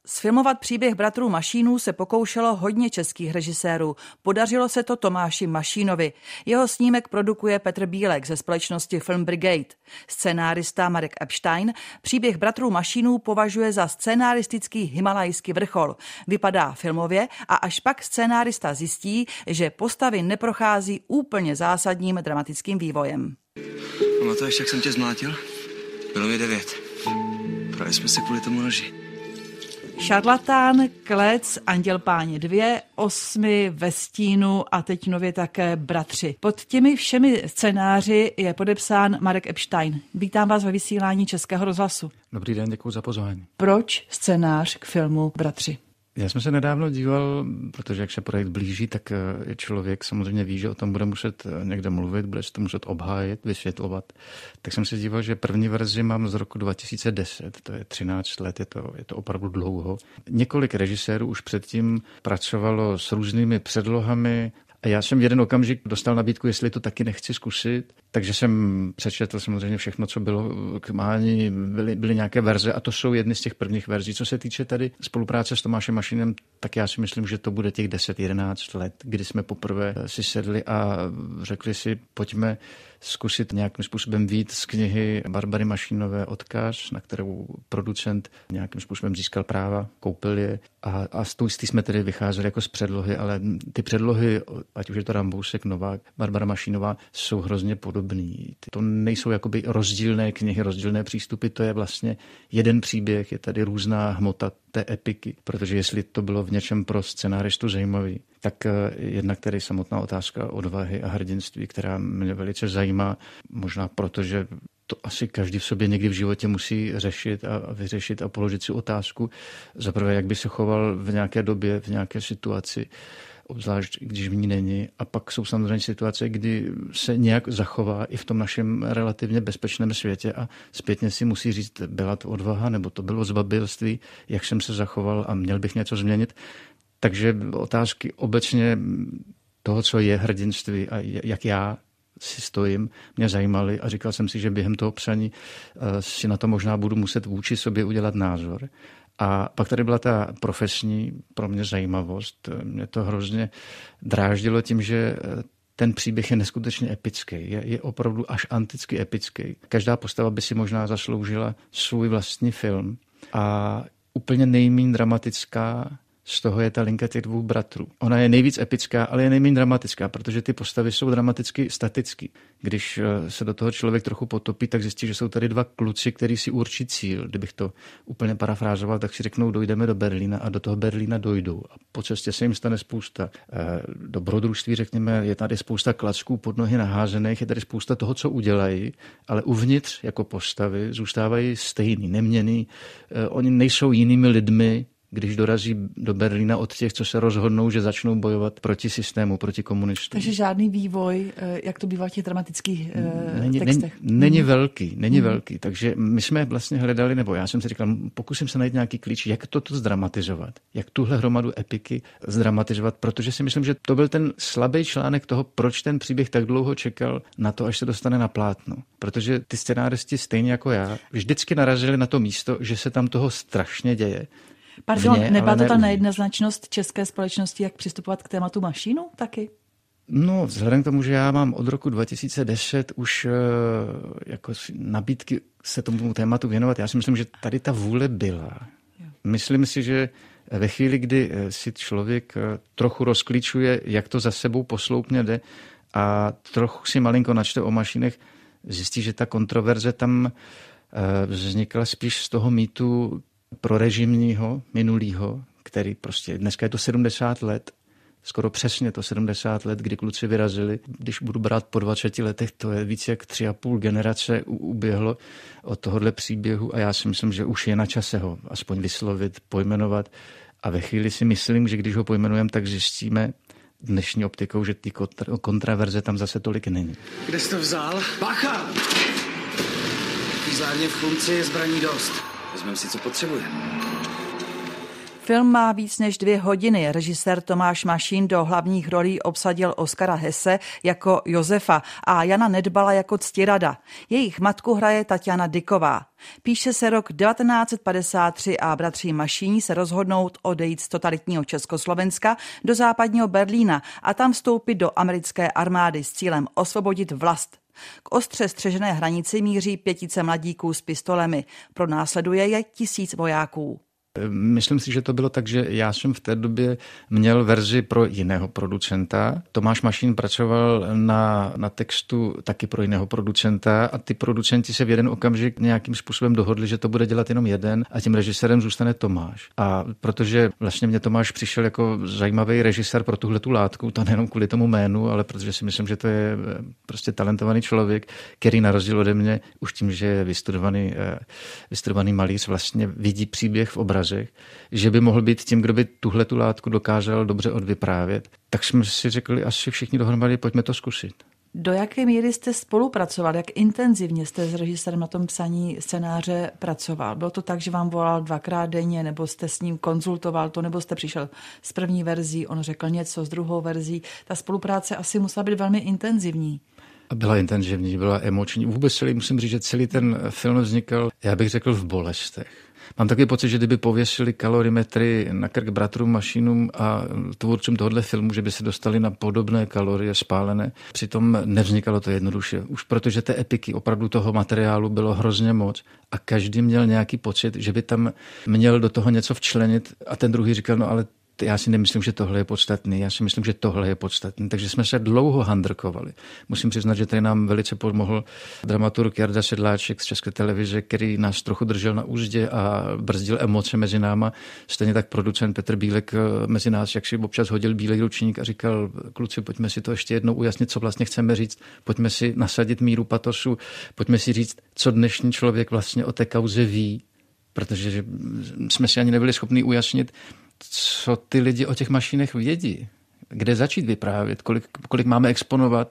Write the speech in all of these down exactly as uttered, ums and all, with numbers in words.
Sfilmovat příběh bratrů Mašínů se pokoušelo hodně českých režisérů. Podařilo se to Tomáši Mašínovi. Jeho snímek produkuje Petr Bílek ze společnosti Film Brigade. Scenárista Marek Epstein příběh bratrů Mašínů považuje za scenaristický himalajský vrchol. Vypadá filmově a až pak scenárista zjistí, že postavy neprochází úplně zásadním dramatickým vývojem. Pamatuješ, jak jsem tě zmlátil? Bylo mi devět. Právě jsme se kvůli tomu noži. Šarlatán, Klec, Anděl Páně dvě, Osmi, Ve stínu a teď nově také Bratři. Pod těmi všemi scénáři je podepsán Marek Epstein. Vítám vás ve vysílání Českého rozhlasu. Dobrý den, děkuji za pozvání. Proč scénář k filmu Bratři? Já jsem se nedávno díval, protože jak se projekt blíží, tak je člověk samozřejmě ví, že o tom bude muset někde mluvit, bude se to muset obhájit, vysvětlovat. Tak jsem se díval, že první verzi mám z roku dva tisíce deset, to je třináct let, je to, je to opravdu dlouho. Několik režisérů už předtím pracovalo s různými předlohami, a já jsem v jeden okamžik dostal nabídku, jestli to taky nechci zkusit, takže jsem přečetl samozřejmě všechno, co bylo k mání, byly, byly nějaké verze a to jsou jedny z těch prvních verzí. Co se týče tady spolupráce s Tomášem Mašínem, tak já si myslím, že to bude těch deset jedenáct let, kdy jsme poprvé si sedli a řekli si, pojďme zkusit nějakým způsobem vyjít z knihy Barbary Mašínové Odkaz, na kterou producent nějakým způsobem získal práva, koupil je a, a z toho jsme tedy vycházeli jako z předlohy, ale ty předlohy, ať už je to Rambousek, Novák, Barbara Mašínová, jsou hrozně podobný. To nejsou jakoby rozdílné knihy, rozdílné přístupy, to je vlastně jeden příběh, je tady různá hmota té epiky, protože jestli to bylo v něčem pro scenáristu zajímavý, tak jednak tedy samotná otázka odvahy a hrdinství, která mě velice zajímá, možná proto, že to asi každý v sobě někdy v životě musí řešit a vyřešit a položit si otázku. Za prvé, jak by se choval v nějaké době, v nějaké situaci, obzvlášť když v ní není. A pak jsou samozřejmě situace, kdy se nějak zachová i v tom našem relativně bezpečném světě a zpětně si musí říct, byla to odvaha nebo to bylo zbabělství, jak jsem se zachoval a měl bych něco změnit. Takže otázky obecně toho, co je hrdinství a jak já si stojím, mě zajímaly a říkal jsem si, že během toho psaní si na to možná budu muset vůči sobě udělat názor. A pak tady byla ta profesní pro mě zajímavost. Mě to hrozně dráždilo tím, že ten příběh je neskutečně epický. Je, je opravdu až anticky epický. Každá postava by si možná zasloužila svůj vlastní film. A úplně nejméně dramatická z toho je ta linka těch dvou bratrů. Ona je nejvíc epická, ale je nejméně dramatická, protože ty postavy jsou dramaticky statický. Když se do toho člověk trochu potopí, tak zjistí, že jsou tady dva kluci, kteří si určí cíl. Kdybych to úplně parafrázoval, tak si řeknou, dojdeme do Berlína a do toho Berlína dojdou. A po cestě se jim stane spousta dobrodružství, řekněme, je tady spousta klacků pod nohy naházených, je tady spousta toho, co udělají, ale uvnitř jako postavy zůstávají stejný, neměnný. Oni nejsou jinými lidmi, když dorazí do Berlína od těch, co se rozhodnou, že začnou bojovat proti systému, proti komunistům. Takže žádný vývoj, jak to bývá v těch dramatických není, textech. Není, není velký, není mm. velký. Takže my jsme vlastně hledali, nebo já jsem si říkal, pokusím se najít nějaký klíč, jak toto zdramatizovat, jak tuhle hromadu epiky zdramatizovat, protože si myslím, že to byl ten slabý článek toho, proč ten příběh tak dlouho čekal na to, až se dostane na plátno. Protože ty scenáristi stejně jako já vždycky narazili na to místo, že se tam toho strašně děje. Pardon, Vně, nebyla to ta ne nejednoznačnost české společnosti, jak přistupovat k tématu Mašínu taky? No, vzhledem k tomu, že já mám od roku dva tisíce deset už jako nabídky se tomu tématu věnovat, já si myslím, že tady ta vůle byla. Jo. Myslím si, že ve chvíli, kdy si člověk trochu rozklíčuje, jak to za sebou posloupně jde a trochu si malinko načte o Mašínech, zjistí, že ta kontroverze tam vznikla spíš z toho mýtu prorežimního, minulýho, který prostě, dneska je to sedmdesát let, skoro přesně to sedmdesát let, kdy kluci vyrazili. Když budu brát po dvaceti letech, to je víc jak tři a půl generace uběhlo od tohohle příběhu a já si myslím, že už je na čase ho aspoň vyslovit, pojmenovat a ve chvíli si myslím, že když ho pojmenujeme, tak zjistíme dnešní optikou, že ty kontra- kontraverze tam zase tolik není. Kde jsi to vzal? Bacha! V pízlárně v Chlumci je zbraní dost. Vezmeme si, co potřebujeme. Film má víc než dvě hodiny. Režisér Tomáš Mašín do hlavních rolí obsadil Oskara Hesse jako Josefa a Jana Nedbala jako Ctirada. Jejich matku hraje Tatiana Dyková. Píše se rok devatenáct set padesát tři a bratři Mašíni se rozhodnou odejít z totalitního Československa do západního Berlína a tam vstoupit do americké armády s cílem osvobodit vlast. K ostře střežené hranici míří pětice mladíků s pistolemi. Pronásleduje je tisíc vojáků. Myslím si, že to bylo tak, že já jsem v té době měl verzi pro jiného producenta. Tomáš Mašín pracoval na, na textu taky pro jiného producenta a ty producenti se v jeden okamžik nějakým způsobem dohodli, že to bude dělat jenom jeden a tím režisérem zůstane Tomáš. A protože vlastně mě Tomáš přišel jako zajímavý režisér pro tuhletu látku, to nejenom kvůli tomu jménu, ale protože si myslím, že to je prostě talentovaný člověk, který na rozdíl ode mě už tím, že je vystudovaný, vystudovaný malíř, vlastně vidí příběh v obrazu, že by mohl být tím, kdo by tuhletu látku dokázal dobře odvyprávět, tak jsme si řekli asi všichni dohromady, pojďme to zkusit. Do jaké míry jste spolupracoval? Jak intenzivně jste s režisérem na tom psaní scénáře pracoval? Bylo to tak, že vám volal dvakrát denně, nebo jste s ním konzultoval to, nebo jste přišel s první verzí, on řekl něco s druhou verzí? Ta spolupráce asi musela být velmi intenzivní. Byla intenzivní, byla emoční. Vůbec celý, musím říct, že celý ten film vznikal, já bych řekl, v bolestech. Mám takový pocit, že kdyby pověsili kalorimetry na krk bratrům Mašínům a tvůrcům tohohle filmu, že by se dostali na podobné kalorie spálené. Přitom nevznikalo to jednoduše. Už protože té epiky, opravdu toho materiálu bylo hrozně moc a každý měl nějaký pocit, že by tam měl do toho něco včlenit a ten druhý říkal, no ale já si nemyslím, že tohle je podstatný, já si myslím, že tohle je podstatný. Takže jsme se dlouho handrkovali. Musím přiznat, že tady nám velice pomohl dramaturg Jarda Sedláček z České televize, který nás trochu držel na úzdě a brzdil emoce mezi náma. Stejně tak producent Petr Bílek mezi nás, jak si občas hodil bílej ručník a říkal, kluci, pojďme si to ještě jednou ujasnit, co vlastně chceme říct, pojďme si nasadit míru patosu, pojďme si říct, co dnešní člověk vlastně o té kauze ví, protože jsme si ani nebyli schopni ujasnit, co ty lidi o těch Mašínech vědí, kde začít vyprávět, kolik, kolik máme exponovat,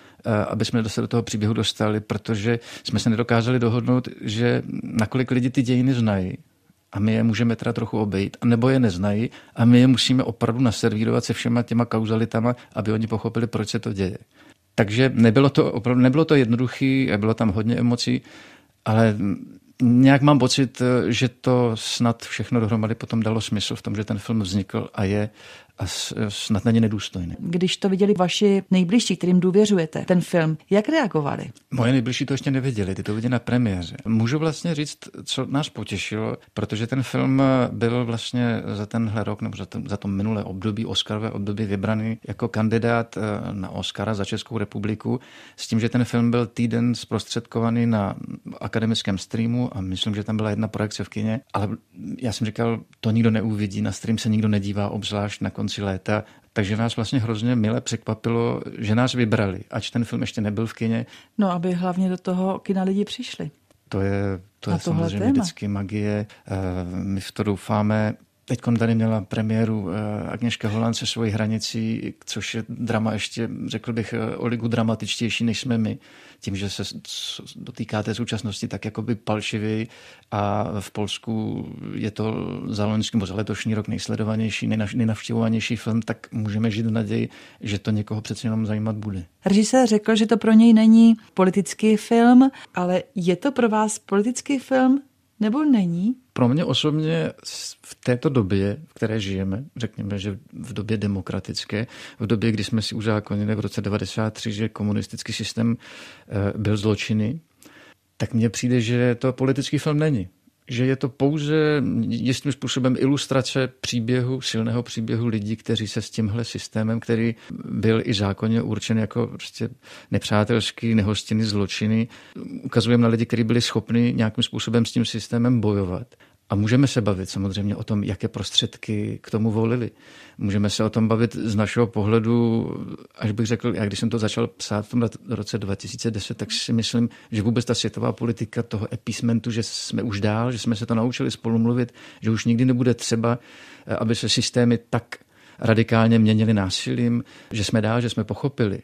aby jsme se do toho příběhu dostali, protože jsme se nedokázali dohodnout, že nakolik lidi ty dějiny znají a my je můžeme teda trochu obejít, nebo je neznají a my je musíme opravdu naservírovat se všema těma kauzalitama, aby oni pochopili, proč se to děje. Takže nebylo to, opravdu, nebylo to jednoduchý, bylo tam hodně emocí, ale nějak mám pocit, že to snad všechno dohromady potom dalo smysl v tom, že ten film vznikl a je a snad není nedůstojný. Když to viděli vaši nejbližší, kterým důvěřujete, ten film, jak reagovali? Moje nejbližší to ještě neviděli, ty to viděli na premiéře. Můžu vlastně říct, co nás potěšilo, protože ten film byl vlastně za tenhle rok nebo za to, za to minulé období, Oscarové období, vybraný jako kandidát na Oscara za Českou republiku, s tím, že ten film byl týden zprostředkovaný na akademickém streamu a myslím, že tam byla jedna projekce v kině, ale já jsem říkal, to nikdo neuvidí, na stream se nikdo nedívá, obzvlášť na konci léta, takže nás vlastně hrozně mile překvapilo, že nás vybrali, ač ten film ještě nebyl v kině. No, aby hlavně do toho kina lidi přišli. To je, to je samozřejmě téma. Vždycky magie. My v to doufáme. Teď tady měla premiéru Agněška Holland se svojí hranicí, což je drama ještě, řekl bych, o ligu dramatičtější, než jsme my. Tím, že se dotýká té současnosti tak jakoby palčivěji a v Polsku je to za loňský nebo za letošní rok nejsledovanější, nejnavštěvovanější film, tak můžeme žít v naději, že to někoho přece jenom zajímat bude. Režisér řekl, že to pro něj není politický film, ale je to pro vás politický film? Nebo není? Pro mě osobně v této době, v které žijeme, řekněme, že v době demokratické, v době, kdy jsme si uzákonili v roce devadesát tři, že komunistický systém byl zločinný, tak mně přijde, že to politický film není. Že je to pouze jistým způsobem ilustrace příběhu, silného příběhu lidí, kteří se s tímhle systémem, který byl i zákonně určen jako prostě nepřátelský, nehostinný, zločiny, ukazujeme na lidi, kteří byli schopni nějakým způsobem s tím systémem bojovat. A můžeme se bavit samozřejmě o tom, jaké prostředky k tomu volili. Můžeme se o tom bavit z našeho pohledu, až bych řekl, já když jsem to začal psát v tom roce dva tisíce deset, tak si myslím, že vůbec ta světová politika toho appeasementu, že jsme už dál, že jsme se to naučili spolu mluvit, že už nikdy nebude třeba, aby se systémy tak radikálně měnily násilím, že jsme dál, že jsme pochopili.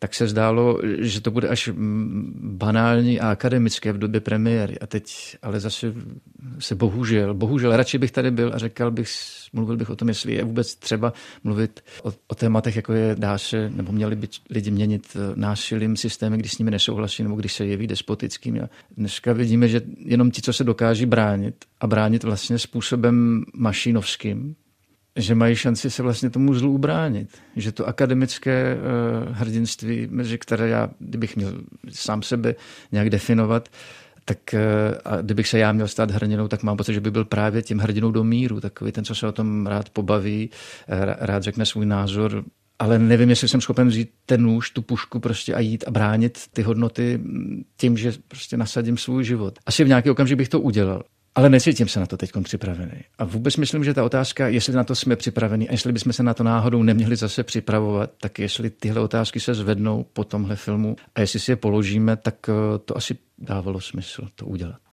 tak se zdálo, že to bude až banální a akademické v době premiéry. A teď ale zase se bohužel, bohužel, radši bych tady byl a řekl bych, mluvil bych o tom, jestli je vůbec třeba mluvit o, o tématech, jako je dá se, nebo měli by lidi měnit násilím systémy, když s nimi nesouhlasí, nebo když se jeví despotickými. A dneska vidíme, že jenom ti, co se dokáží bránit a bránit vlastně způsobem mašinovským, že mají šanci se vlastně tomu zlu ubránit. Že to akademické uh, hrdinství, mezi které já, kdybych měl sám sebe nějak definovat, tak uh, a kdybych se já měl stát hrdinou, tak mám pocit, že by byl právě tím hrdinou do míru. Takový ten, co se o tom rád pobaví, rád řekne svůj názor, ale nevím, jestli jsem schopen vzít ten nůž, tu pušku prostě a jít a bránit ty hodnoty tím, že prostě nasadím svůj život. Asi v nějaký okamžik bych to udělal. Ale necítím se na to teď připravený. A vůbec myslím, že ta otázka, jestli na to jsme připraveni a jestli bychom se na to náhodou neměli zase připravovat, tak jestli tyhle otázky se zvednou po tomhle filmu a jestli si je položíme, tak to asi dávalo smysl to udělat.